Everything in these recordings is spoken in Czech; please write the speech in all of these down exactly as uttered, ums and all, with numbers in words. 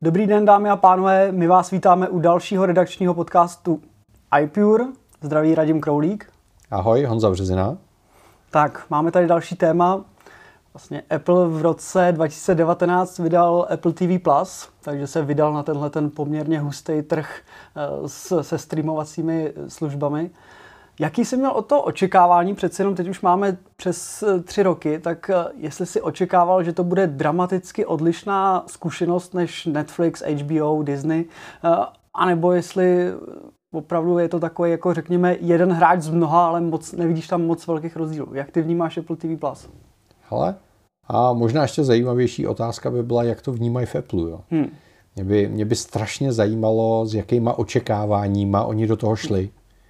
Dobrý den, dámy a pánové, my vás vítáme u dalšího redakčního podcastu iPure. Zdraví Radim Kroulík. Ahoj, Honza Březina. Tak, máme tady další téma. Vlastně Apple v roce dva tisíce devatenáct vydal Apple T V Plus, takže se vydal na tenhle ten poměrně hustý trh s, se streamovacími službami. Jaký jsi měl o to očekávání? Přeci jenom teď už máme přes tři roky, tak jestli jsi očekával, že to bude dramaticky odlišná zkušenost než Netflix, H B O, Disney, anebo jestli opravdu je to takový, jako řekněme, jeden hráč z mnoha, ale moc, nevidíš tam moc velkých rozdílů. Jak ty vnímáš Apple T V Plus? Hele, a možná ještě zajímavější otázka by byla, jak to vnímají v Apple. Jo? Hmm. Mě, by, mě by strašně zajímalo, s jakýma očekáváníma oni do toho šli.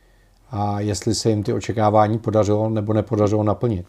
A jestli se jim ty očekávání podařilo nebo nepodařilo naplnit.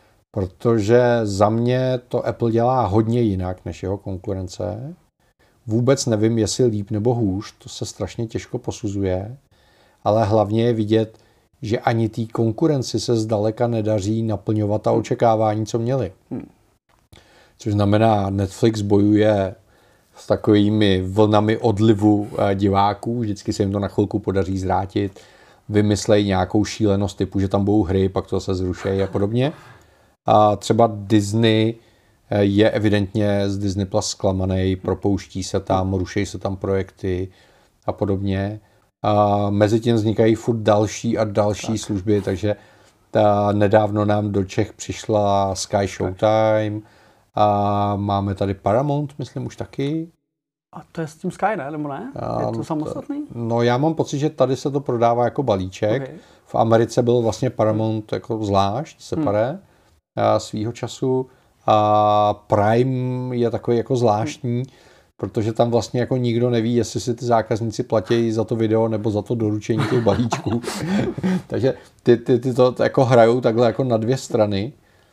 Protože za mě to Apple dělá hodně jinak než jeho konkurence. Vůbec nevím, jestli líp nebo hůř, to se strašně těžko posuzuje, ale hlavně je vidět, že ani té konkurenci se zdaleka nedaří naplňovat ta očekávání, co měli. Hmm. Což znamená, Netflix bojuje s takovými vlnami odlivu diváků, vždycky se jim to na chvilku podaří zvrátit, vymyslejí nějakou šílenost typu, že tam budou hry, pak to se zrušejí a podobně. A třeba Disney je evidentně z Disney Plus zklamaný, propouští se tam, rušejí se tam projekty a podobně. A mezi tím vznikají furt další a další tak. služby, takže ta nedávno nám do Čech přišla Sky Showtime a máme tady Paramount, myslím už taky. A to je s tím Sky, ne? Nebo ne? Je to samostatný? No já mám pocit, že tady se to prodává jako balíček. Okay. V Americe byl vlastně Paramount jako zvlášť, separé hmm. svýho času. A Prime je takový jako zvláštní, hmm. protože tam vlastně jako nikdo neví, jestli si ty zákazníci platí za to video nebo za to doručení těch balíčků. Takže ty, ty, ty to jako hrajou takhle jako na dvě strany.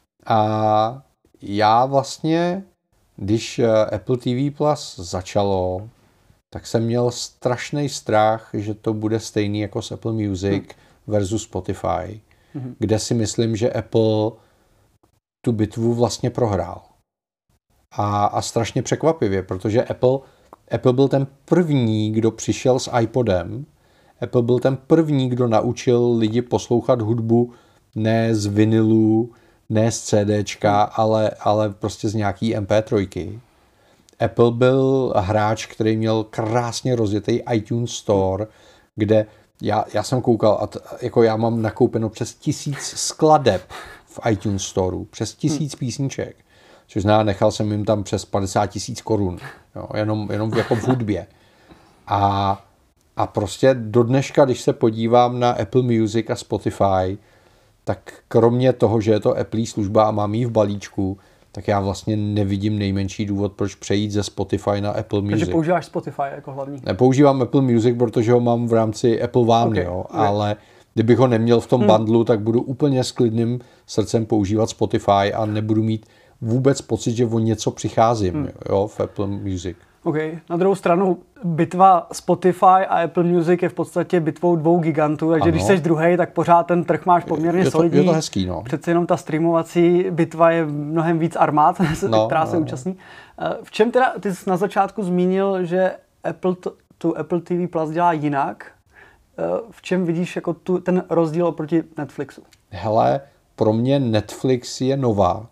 A já vlastně, když Apple T V Plus začalo, tak jsem měl strašný strach, že to bude stejný jako s Apple Music hmm. versus Spotify, hmm. kde si myslím, že Apple tu bitvu vlastně prohrál. A, a strašně překvapivě, protože Apple, Apple byl ten první, kdo přišel s iPodem. Apple byl ten první, kdo naučil lidi poslouchat hudbu ne z vinilu, ne z CDčka, ale, ale prostě z nějaký em pé tři. Apple byl hráč, který měl krásně rozjetý iTunes Store, kde já, já jsem koukal, a t, jako já mám nakoupeno přes tisíc skladeb v iTunes Storeu, přes tisíc hmm. písniček, což znamená, nechal jsem jim tam přes padesát tisíc korun, jo, jenom, jenom jako v hudbě. A, a prostě do dneška, když se podívám na Apple Music a Spotify, tak kromě toho, že je to Apple služba a mám ji v balíčku, tak já vlastně nevidím nejmenší důvod, proč přejít ze Spotify na Apple Music. Takže používáš Spotify jako hlavní? Nepoužívám Apple Music, protože ho mám v rámci Apple One, okay, jo, okay. ale kdybych ho neměl v tom hmm. bundlu, tak budu úplně s klidným srdcem používat Spotify a nebudu mít vůbec pocit, že o něco přicházím hmm. jo, v Apple Music. OK. Na druhou stranu bitva Spotify a Apple Music je v podstatě bitvou dvou gigantů, takže ano. když jsi druhej, tak pořád ten trh máš poměrně je to, solidní. Je to hezký, no. Přece jenom ta streamovací bitva je mnohem víc armád, no, která se no, účastní. V čem teda, ty jsi na začátku zmínil, že Apple to, tu Apple T V Plus dělá jinak. V čem vidíš jako tu, ten rozdíl oproti Netflixu? Hele, pro mě Netflix je nová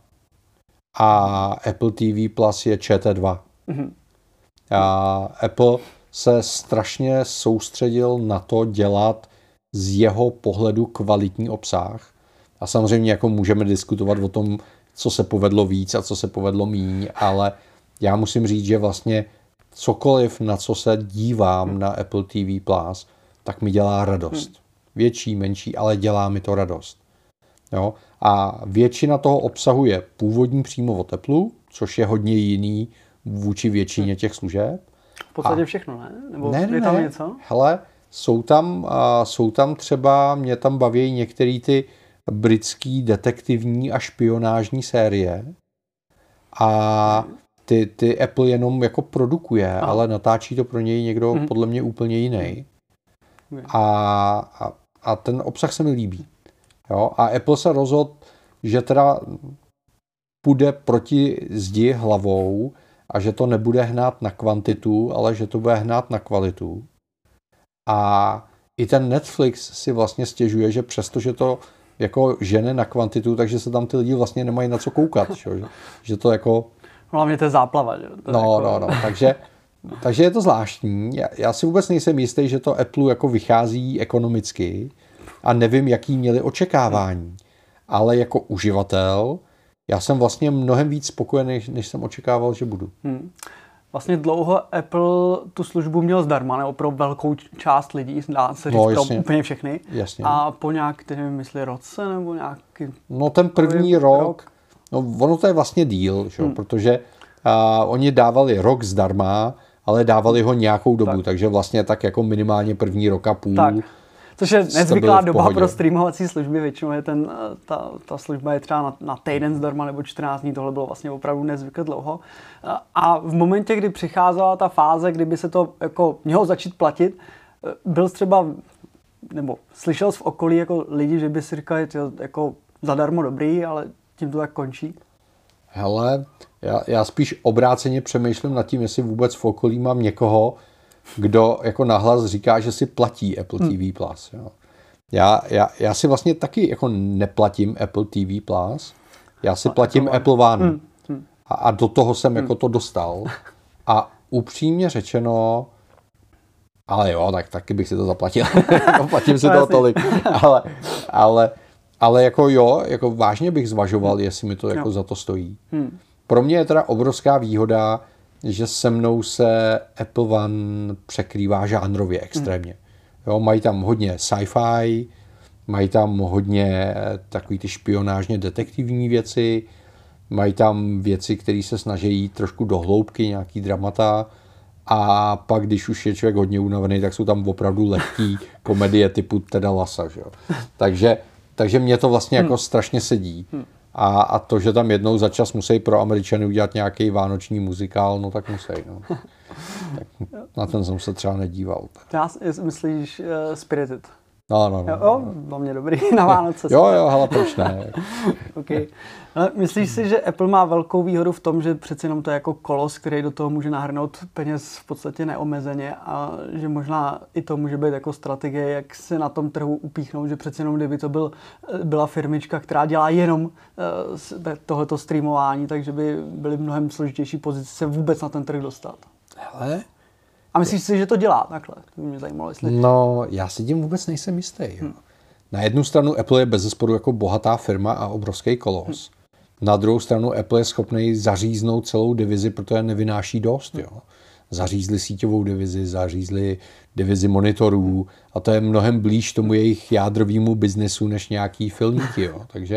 a Apple T V Plus je Č T dva. Mm-hmm. A Apple se strašně soustředil na to dělat z jeho pohledu kvalitní obsah. A samozřejmě jako můžeme diskutovat o tom, co se povedlo víc a co se povedlo míň, ale já musím říct, že vlastně cokoliv, na co se dívám na Apple T V Plus, tak mi dělá radost. Větší, menší, ale dělá mi to radost. Jo? A většina toho obsahu je původní přímo od Apple, což je hodně jiný vůči většině těch služeb. V podstatě a... všechno, ne? Nebo ne, ne, je tam ne. něco? Hele, jsou tam, uh, jsou tam třeba, mě tam baví některé ty britský detektivní a špionážní série. A ty, ty Apple jenom jako produkuje, Aha. ale natáčí to pro něj někdo hmm. podle mě úplně jiný. Okay. A, a, a ten obsah se mi líbí. Jo? A Apple se rozhodl, že teda půjde proti zdi hlavou a že to nebude hnát na kvantitu, ale že to bude hnát na kvalitu. A i ten Netflix si vlastně stěžuje, že přesto, že to jako žene na kvantitu, takže se tam ty lidi vlastně nemají na co koukat. Že, že to jako... Hlavně to je záplava. Že? To no, jako... no, no, takže, takže je to zvláštní. Já, já si vůbec nejsem jistý, že to Apple jako vychází ekonomicky a nevím, jaký měli očekávání. Ale jako uživatel já jsem vlastně mnohem víc spokojený, než jsem očekával, že budu. Hmm. Vlastně dlouho Apple tu službu měl zdarma, nebo pro velkou část lidí, dá se říct no, pro úplně všechny. Jasně. A po nějak, nevím, jestli roce, nebo nějaký... No ten první rok, rok, no ono to je vlastně deal, že? Hmm. protože uh, oni dávali rok zdarma, ale dávali ho nějakou dobu, tak. takže vlastně tak jako minimálně první rok a půl. Tak. Což je nezvyklá doba pro streamovací služby, většinou je ten, ta, ta služba je třeba na, na týden zdarma nebo čtrnáct dní, tohle bylo vlastně opravdu nezvykle dlouho. A v momentě, kdy přicházela ta fáze, kdyby se to jako mělo začít platit, byl třeba, nebo slyšel jsi v okolí jako lidi, že by si říkali, že jako zadarmo dobrý, ale tím to tak končí? Hele, já, já spíš obráceně přemýšlím nad tím, jestli vůbec v okolí mám někoho, kdo jako nahlas říká, že si platí Apple T V Plus. Jo. Já, já, já si vlastně taky jako neplatím Apple T V Plus, já si a platím Apple, Apple One. Hmm. Hmm. A, a do toho jsem hmm. jako to dostal. A upřímně řečeno, ale jo, tak taky bych si to zaplatil. Platím si toho tolik. Ale, ale, ale jako jo, jako vážně bych zvažoval, jestli mi to jako za to stojí. Hmm. Pro mě je teda obrovská výhoda, že se mnou se Apple One překrývá žánrově extrémně. Jo, mají tam hodně sci-fi, mají tam hodně takový ty špionážně detektivní věci, mají tam věci, které se snaží jít trošku do hloubky, nějaký dramata, a pak, když už je člověk hodně unavený, tak jsou tam opravdu lehký komedie typu Teda Lassa. Že? Takže, takže mě to vlastně jako strašně sedí. A, a to, že tam jednou za čas musí pro Američany udělat nějaký vánoční muzikál, no tak musí. No. Tak na ten jsem se třeba nedíval. Já myslíš uh, Spirited? No, no, no. Jo, jo, za mě dobrý na Vánoce. Jo, jo, hele, proč ne? Okay. No, myslíš si, že Apple má velkou výhodu v tom, že přeci jenom to je jako kolos, který do toho může nahrnout peněz v podstatě neomezeně, a že možná i to může být jako strategie, jak se na tom trhu upíchnout, že přeci jenom kdyby to byl, byla firmička, která dělá jenom uh, tohleto streamování, takže by byly mnohem složitější pozice se vůbec na ten trh dostat. Hele, a myslíš si, že to dělá takhle? To by mě zajímalo, jestli... No, já si tím vůbec nejsem jistý. Hmm. Na jednu stranu Apple je bezesporu jako bohatá firma a obrovský kolos. Hmm. Na druhou stranu Apple je schopný zaříznout celou divizi, protože nevynáší dost. Jo. Zařízli síťovou divizi, zařízli divizi monitorů a to je mnohem blíž tomu jejich jádrovému biznesu než nějaký filmíky. Jo. Takže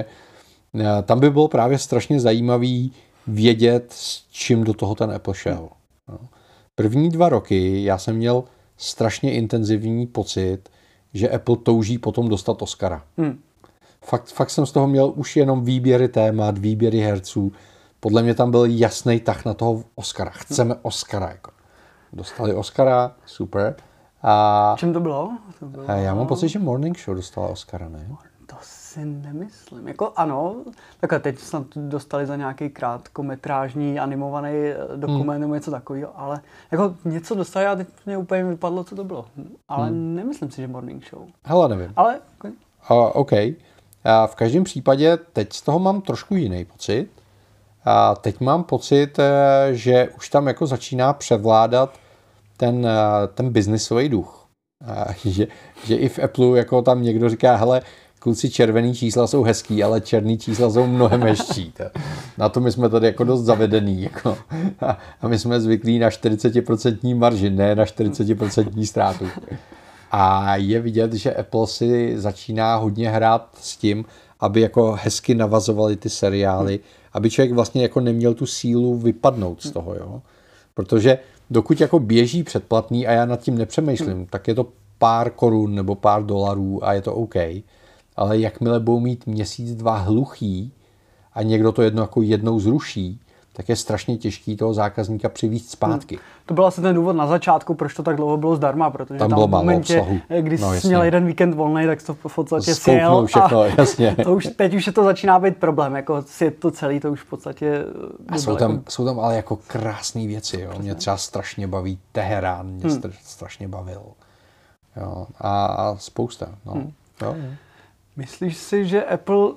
tam by bylo právě strašně zajímavý vědět, s čím do toho ten Apple šel. Jo. První dva roky já jsem měl strašně intenzivní pocit, že Apple touží potom dostat Oscara. Hmm. Fakt, fakt jsem z toho měl už jenom výběry témat, výběry herců. Podle mě tam byl jasný tah na toho Oscara. Chceme hmm. Oscara. Jako. Dostali Oscara, super. A čím to bylo? To bylo... Já mám pocit, že Morning Show dostala Oscara, ne? To si nemyslím. Jako ano, takhle teď snad dostali za nějaký krátkometrážní animovaný dokument hmm. nebo něco takového, ale jako něco dostali a teď mě úplně vypadlo, co to bylo. Ale hmm. nemyslím si, že Morning Show. Hele, nevím. Ale... Uh, OK. Uh, v každém případě teď z toho mám trošku jiný pocit. A uh, teď mám pocit, uh, že už tam jako začíná převládat ten, uh, ten biznisový duch. Uh, že, že i v Apple jako tam někdo říká, hele, kluci, červený čísla jsou hezký, ale černý čísla jsou mnohem hezčí. Na to my jsme tady jako dost zavedený. Jako. A my jsme zvyklí na čtyřicet procent marži, ne na čtyřicet procent ztrátu. A je vidět, že Apple si začíná hodně hrát s tím, aby jako hezky navazovali ty seriály, aby člověk vlastně jako neměl tu sílu vypadnout z toho. Jo? Protože dokud jako běží předplatný a já nad tím nepřemýšlím, tak je to pár korun nebo pár dolarů a je to OK. Ale jakmile budou mít měsíc, dva hluchý a někdo to jedno jako jednou zruší, tak je strašně těžký toho zákazníka přivést zpátky. Hmm. To byl asi ten důvod na začátku, proč to tak dlouho bylo zdarma, protože tam, tam v momentě, obsahu. Když no, jsi měl jeden víkend volný, tak to v podstatě sjel všechno, a jasně. To už, teď už je to začíná být problém, jako si to celý, to už v podstatě... A jsou tam, jako... jsou tam ale jako krásné věci, jo. Mě třeba strašně baví Teherán, mě hmm. strašně bavil. Jo. A, a spousta, no. Hmm. Jo. Myslíš si, že Apple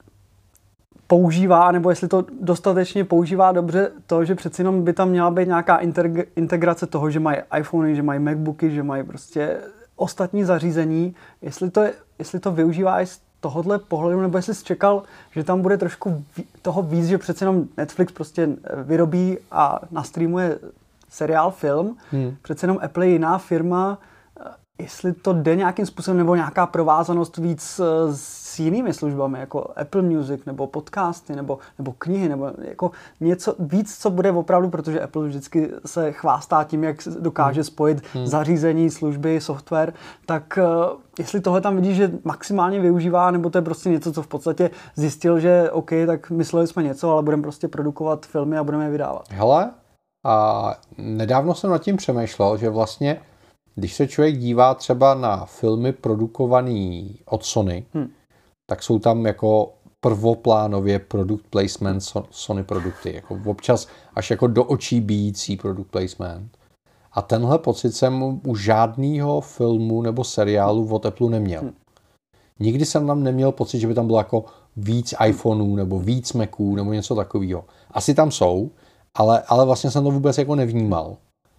používá, nebo jestli to dostatečně používá dobře, to, že přeci jenom by tam měla být nějaká integrace toho, že mají iPhony, že mají MacBooky, že mají prostě ostatní zařízení, jestli to, je, jestli to využívá i z tohohle pohledu, nebo jestli jsi čekal, že tam bude trošku toho víc, že přeci jenom Netflix prostě vyrobí a nastreamuje seriál, film, hmm. přeci jenom Apple je jiná firma, jestli to jde nějakým způsobem, nebo nějaká provázanost víc s jinými službami, jako Apple Music, nebo podcasty, nebo, nebo knihy, nebo jako něco víc, co bude opravdu, protože Apple vždycky se chvástá tím, jak dokáže spojit hmm. zařízení, služby, software, tak uh, jestli tohle tam vidíš, že maximálně využívá, nebo to je prostě něco, co v podstatě zjistil, že OK, tak mysleli jsme něco, ale budeme prostě produkovat filmy a budeme je vydávat. Hele, a nedávno jsem nad tím přemýšlel, že vlastně když se člověk dívá třeba na filmy produkované od Sony, hmm. tak jsou tam jako prvoplánově product placement Sony produkty. Jako občas až jako do očí bijící product placement. A tenhle pocit jsem u žádného filmu nebo seriálu od Apple neměl. Hmm. Nikdy jsem tam neměl pocit, že by tam bylo jako víc iPhoneů nebo víc Maců nebo něco takového. Asi tam jsou, ale, ale vlastně jsem to vůbec jako nevnímal.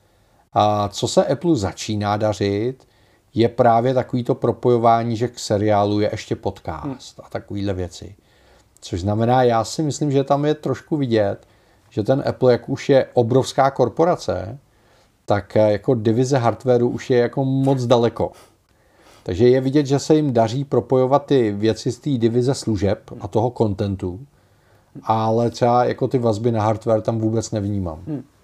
A co se Apple začíná dařit, je právě takovýto propojování, že k seriálu je ještě podcast a takovýhle věci. Což znamená, já si myslím, že tam je trošku vidět, že ten Apple, jak už je obrovská korporace, tak jako divize hardwareu už je jako moc daleko. Takže je vidět, že se jim daří propojovat ty věci z té divize služeb a toho contentu, ale třeba jako ty vazby na hardware tam vůbec nevnímám.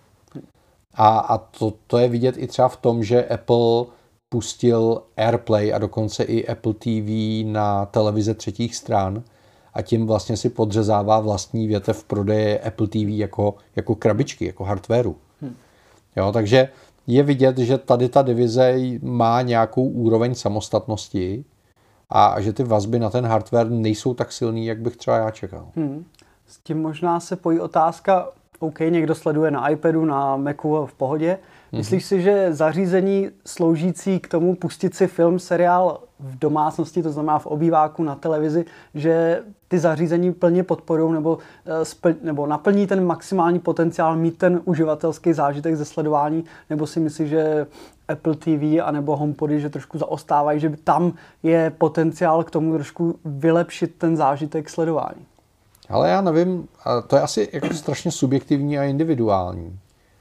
A, a to, to je vidět i třeba v tom, že Apple pustil AirPlay a dokonce i Apple T V na televize třetích stran a tím vlastně si podřezává vlastní větev prodeje Apple T V jako, jako krabičky, jako hardwareu. Hmm. Jo, takže je vidět, že tady ta divize má nějakou úroveň samostatnosti a že ty vazby na ten hardware nejsou tak silný, jak bych třeba já čekal. Hmm. S tím možná se pojí otázka, OK, někdo sleduje na iPadu, na Macu v pohodě. Myslíš mm-hmm. si, že zařízení sloužící k tomu pustit si film, seriál v domácnosti, to znamená v obýváku, na televizi, že ty zařízení plně podporují nebo, spl- nebo naplní ten maximální potenciál mít ten uživatelský zážitek ze sledování, nebo si myslíš, že Apple T V anebo HomePody, že trošku zaostávají, že tam je potenciál k tomu trošku vylepšit ten zážitek sledování? Ale já nevím, to je asi jako strašně subjektivní a individuální.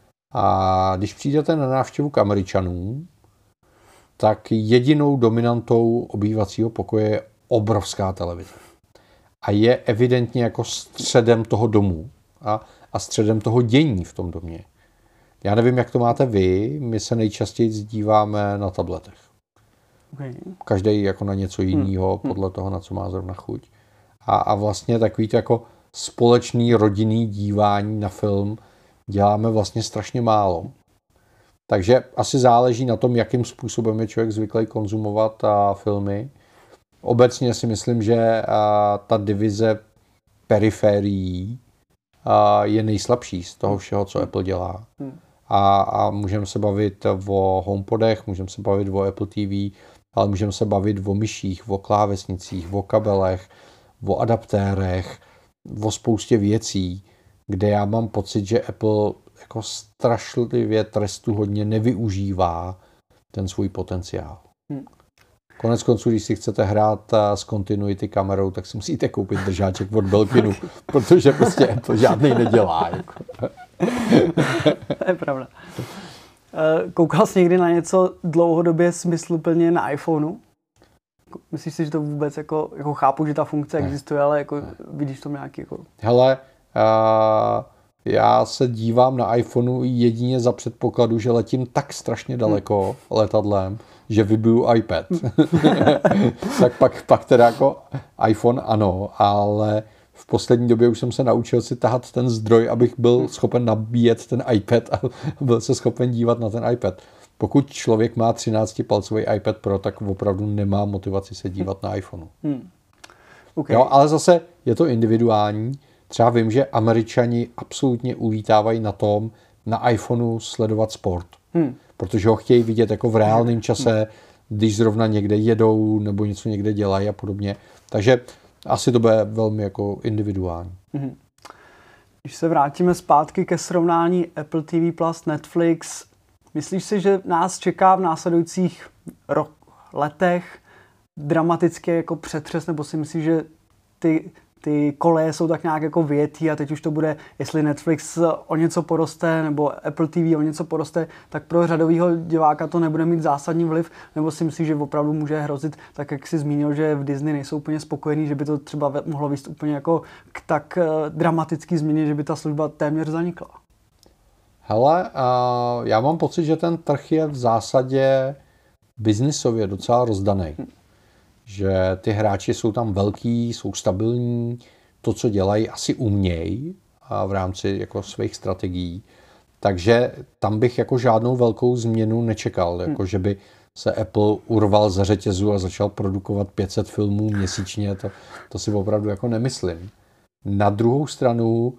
A když přijdete na návštěvu k Američanům, tak jedinou dominantou obývacího pokoje je obrovská televize. A je evidentně jako středem toho domu a, a středem toho dění v tom domě. Já nevím, jak to máte vy, my se nejčastěji díváme na tabletech. Okay. Každý jako na něco jiného, hmm. podle toho, na co má zrovna chuť. A, a vlastně takový to jako společný rodinný dívání na film děláme vlastně strašně málo. Takže asi záleží na tom, jakým způsobem je člověk zvyklý konzumovat a filmy. Obecně si myslím, že a, ta divize periférií a, je nejslabší z toho všeho, co Apple dělá. A, a můžeme se bavit o HomePodech, můžeme se bavit o Apple T V, ale můžeme se bavit o myších, o klávesnicích, o kabelech, o adaptérech, o spoustě věcí, kde já mám pocit, že Apple jako strašlivě trestuhodně nevyužívá ten svůj potenciál. Hmm. Konec konců, když si chcete hrát s continuity kamerou, tak si musíte koupit držáček od Belkinu, protože prostě Apple žádnej nedělá. Jako. To je pravda. Koukal jsi někdy na něco dlouhodobě smysluplně na iPhoneu? Myslíš si, že to vůbec jako, jako chápu, že ta funkce ne. existuje, ale jako ne. vidíš to nějaký jako... Hele, uh, já se dívám na iPhoneu jedině za předpokladu, že letím tak strašně daleko hmm. letadlem, že vybiju iPad. tak pak, pak teda jako iPhone ano, ale v poslední době už jsem se naučil si tahat ten zdroj, abych byl schopen nabíjet ten iPad a byl se schopen dívat na ten iPad. Pokud člověk má třináctipalcový iPad Pro, tak opravdu nemá motivaci se dívat na iPhoneu. Hmm. Okay. Jo, ale zase je to individuální. Třeba vím, že Američani absolutně uvítávají na tom na iPhoneu sledovat sport. Hmm. Protože ho chtějí vidět jako v reálném čase, když zrovna někde jedou nebo něco někde dělají a podobně. Takže asi to bude velmi jako individuální. Hmm. Když se vrátíme zpátky ke srovnání Apple T V plus, Netflix, myslíš si, že nás čeká v následujících rok, letech dramaticky jako přetřes, nebo si myslíš, že ty, ty koleje jsou tak nějak jako vyjetý a teď už to bude, jestli Netflix o něco poroste nebo Apple T V o něco poroste, tak pro řadového diváka to nebude mít zásadní vliv, nebo si myslíš, že opravdu může hrozit, tak jak jsi zmínil, že v Disney nejsou úplně spokojení, že by to třeba mohlo vést úplně jako k tak dramatický změně, že by ta služba téměř zanikla? Hele, uh, já mám pocit, že ten trh je v zásadě biznisově docela rozdaný. Hm. Že ty hráči jsou tam velký, jsou stabilní, to, co dělají, asi umějí a v rámci jako svých strategií. Takže tam bych jako žádnou velkou změnu nečekal, hm. jako že by se Apple urval ze řetězu a začal produkovat pět set filmů měsíčně, to, to si opravdu jako nemyslím. Na druhou stranu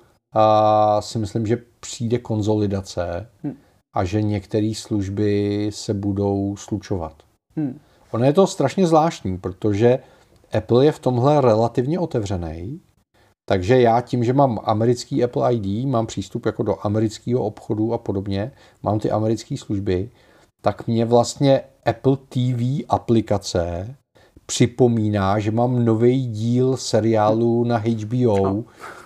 a si myslím, že přijde konzolidace hmm. a že některé služby se budou slučovat. Hmm. Ono je to strašně zvláštní, protože Apple je v tomhle relativně otevřený, takže já tím, že mám americký Apple I D, mám přístup jako do amerického obchodu a podobně, mám ty americké služby, tak mě vlastně Apple T V aplikace připomíná, že mám nový díl seriálu na H B O,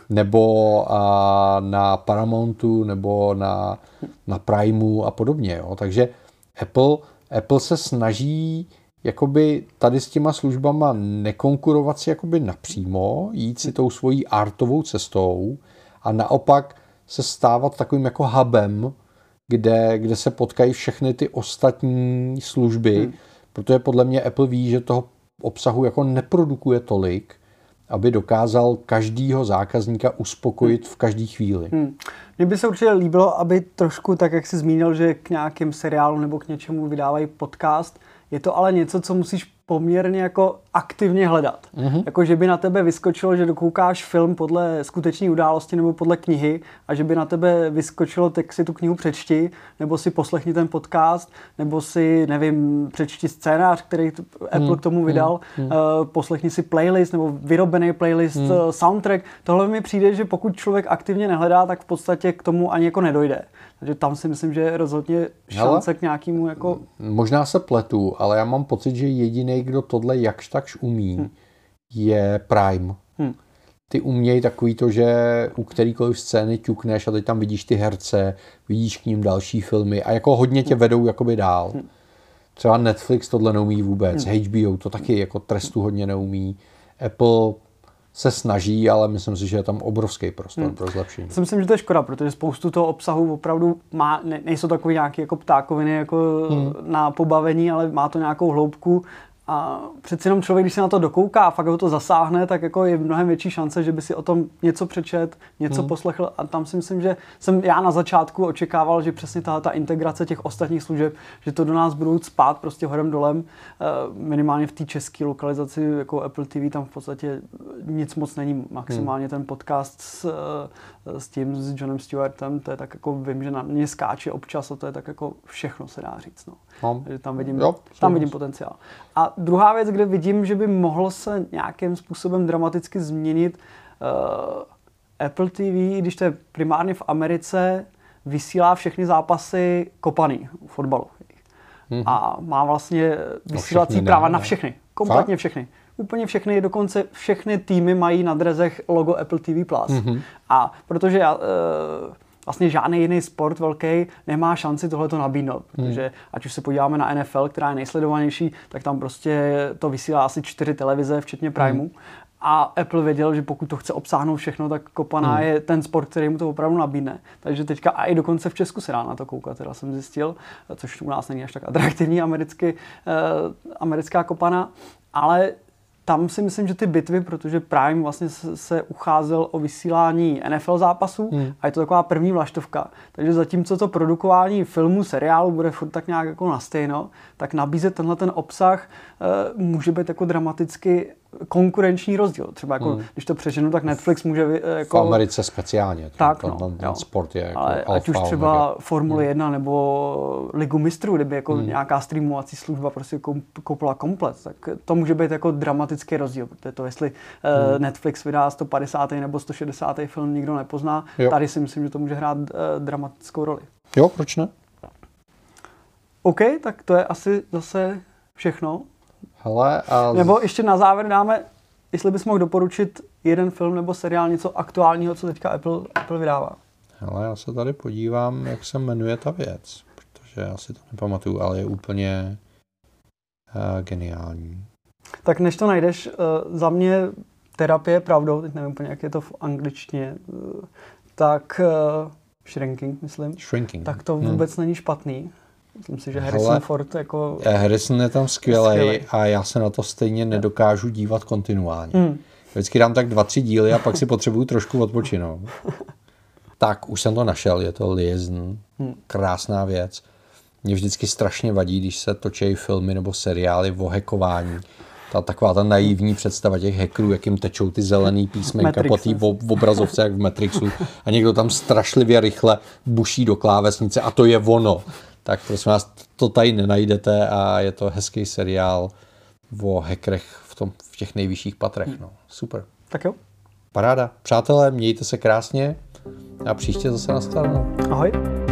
nebo a, na Paramountu, nebo na, na Primeu a podobně. Jo. Takže Apple, Apple se snaží jakoby tady s těma službama nekonkurovat si jakoby napřímo, jít si tou svojí artovou cestou a naopak se stávat takovým jako hubem, kde, kde se potkají všechny ty ostatní služby, hmm. protože podle mě Apple ví, že toho obsahu jako neprodukuje tolik, aby dokázal každýho zákazníka uspokojit hmm. v každé chvíli. Hmm. Mně by se určitě líbilo, aby trošku, tak jak jsi zmínil, že k nějakým seriálu nebo k něčemu vydávají podcast, je to ale něco, co musíš poměrně jako aktivně hledat. Mm-hmm. Jako, že by na tebe vyskočilo, že dokoukáš film podle skutečné události nebo podle knihy a že by na tebe vyskočilo, tak si tu knihu přečti, nebo si poslechni ten podcast, nebo si, nevím, přečti scénář, který Apple mm. k tomu vydal, mm. uh, poslechni si playlist nebo vyrobený playlist, mm. uh, soundtrack. Tohle mi přijde, že pokud člověk aktivně nehledá, tak v podstatě k tomu ani jako nedojde. Takže tam si myslím, že je rozhodně šance Hele, k nějakému jako... Možná se pletu, ale já mám pocit, že jediný, kdo tohle jakž takž umí, hmm. je Prime. Hmm. Ty umějí takový to, že u kterýkoliv scény ťukneš a teď tam vidíš ty herce, vidíš k ním další filmy a jako hodně tě vedou jakoby dál. Hmm. Třeba Netflix tohle neumí vůbec, hmm. H B O to taky jako trestu hodně neumí. Apple se snaží, ale myslím si, že je tam obrovský prostor hmm. pro zlepšení. Si myslím, že to je škoda, protože spoustu toho obsahu opravdu má, ne, nejsou takový nějaké jako ptákoviny jako hmm. na pobavení, ale má to nějakou hloubku. A přeci jenom člověk, když se na to dokouká a fakt ho to zasáhne, tak jako je mnohem větší šance, že by si o tom něco přečet, něco hmm. poslechl. A tam si myslím, že jsem já na začátku očekával, že přesně tahle ta integrace těch ostatních služeb, že to do nás budou spát prostě horem dolem. Minimálně v té české lokalizaci jako Apple T V tam v podstatě nic moc není. Maximálně hmm. ten podcast s, s tím, s Johnem Stewartem, to je tak jako vím, že na mě skáče občas a to je tak jako všechno se dá říct. No. No. Takže tam vidím, jo, tam vidím potenciál. A druhá věc, kde vidím, že by mohl se nějakým způsobem dramaticky změnit uh, Apple T V, když to je primárně v Americe, vysílá všechny zápasy kopaný v fotbalu. Mm-hmm. A má vlastně vysílací no práva ne, na všechny. Kompletně Fakt? všechny. Úplně všechny, dokonce všechny týmy mají na drezech logo Apple T V plus. Mm-hmm. A protože já... Uh, vlastně žádný jiný sport velký nemá šanci tohleto nabídnout, protože hmm. ať už se podíváme na N F L, která je nejsledovanější, tak tam prostě to vysílá asi čtyři televize, včetně Primeu. Hmm. A Apple věděl, že pokud to chce obsáhnout všechno, tak kopaná hmm. je ten sport, který mu to opravdu nabídne. Takže teďka a i dokonce v Česku se dá na to koukat, teda jsem zjistil, což u nás není až tak atraktivní americky, eh, americká kopana, ale tam si myslím, že ty bitvy, protože Prime vlastně se ucházel o vysílání N F L zápasů hmm. a je to taková první vlaštovka. Takže zatímco to produkování filmu, seriálu bude furt tak nějak jako na stejno, tak nabízet tenhle ten obsah uh, může být jako dramaticky konkurenční rozdíl. Třeba jako, hmm. když to přeženu, tak Netflix může jako... V Americe speciálně. Tak, ten, no, ten, ten sport je jako ale alfa, ať už třeba omega. Formule hmm. jedna nebo Ligu mistrů, kdyby jako hmm. nějaká streamovací služba prostě koupila komplet, tak to může být jako dramatický rozdíl, protože to, jestli hmm. uh, Netflix vydá sto padesátý nebo sto šedesátý film, nikdo nepozná. Jo. Tady si myslím, že to může hrát uh, dramatickou roli. Jo, proč ne? OK, tak to je asi zase všechno. Hele, a... Nebo ještě na závěr dáme, jestli bys mohl doporučit jeden film nebo seriál, něco aktuálního, co teďka Apple, Apple vydává. Hele, já se tady podívám, jak se jmenuje ta věc, protože já si to nepamatuju, ale je úplně uh, geniální. Tak než to najdeš, uh, za mě terapie pravdou, teď nevím úplně, jak je to v angličtině, uh, tak uh, shrinking, myslím. Shrinking. Tak to vůbec hmm. není špatný. Myslím si, že Harrison Hele, Ford jako... Harrison je tam skvělej a já se na to stejně nedokážu dívat kontinuálně. Hmm. Vždycky dám tak dva, tři díly a pak si potřebuju trošku odpočinout. Tak, už jsem to našel, je to Liaison. Hmm. Krásná věc. Mě vždycky strašně vadí, když se točí filmy nebo seriály o hackování. Ta taková ta naivní představa těch hackerů, jak jim tečou ty zelený písmenka po té obrazovce, jak v Matrixu. A někdo tam strašlivě rychle buší do klávesnice a to je ono. Tak prosím vás, to tady nenajdete a je to hezký seriál o hackerech v, tom, v těch nejvyšších patrech. No. Super. Tak jo. Paráda. Přátelé, mějte se krásně a příště zase nashledanou. Ahoj.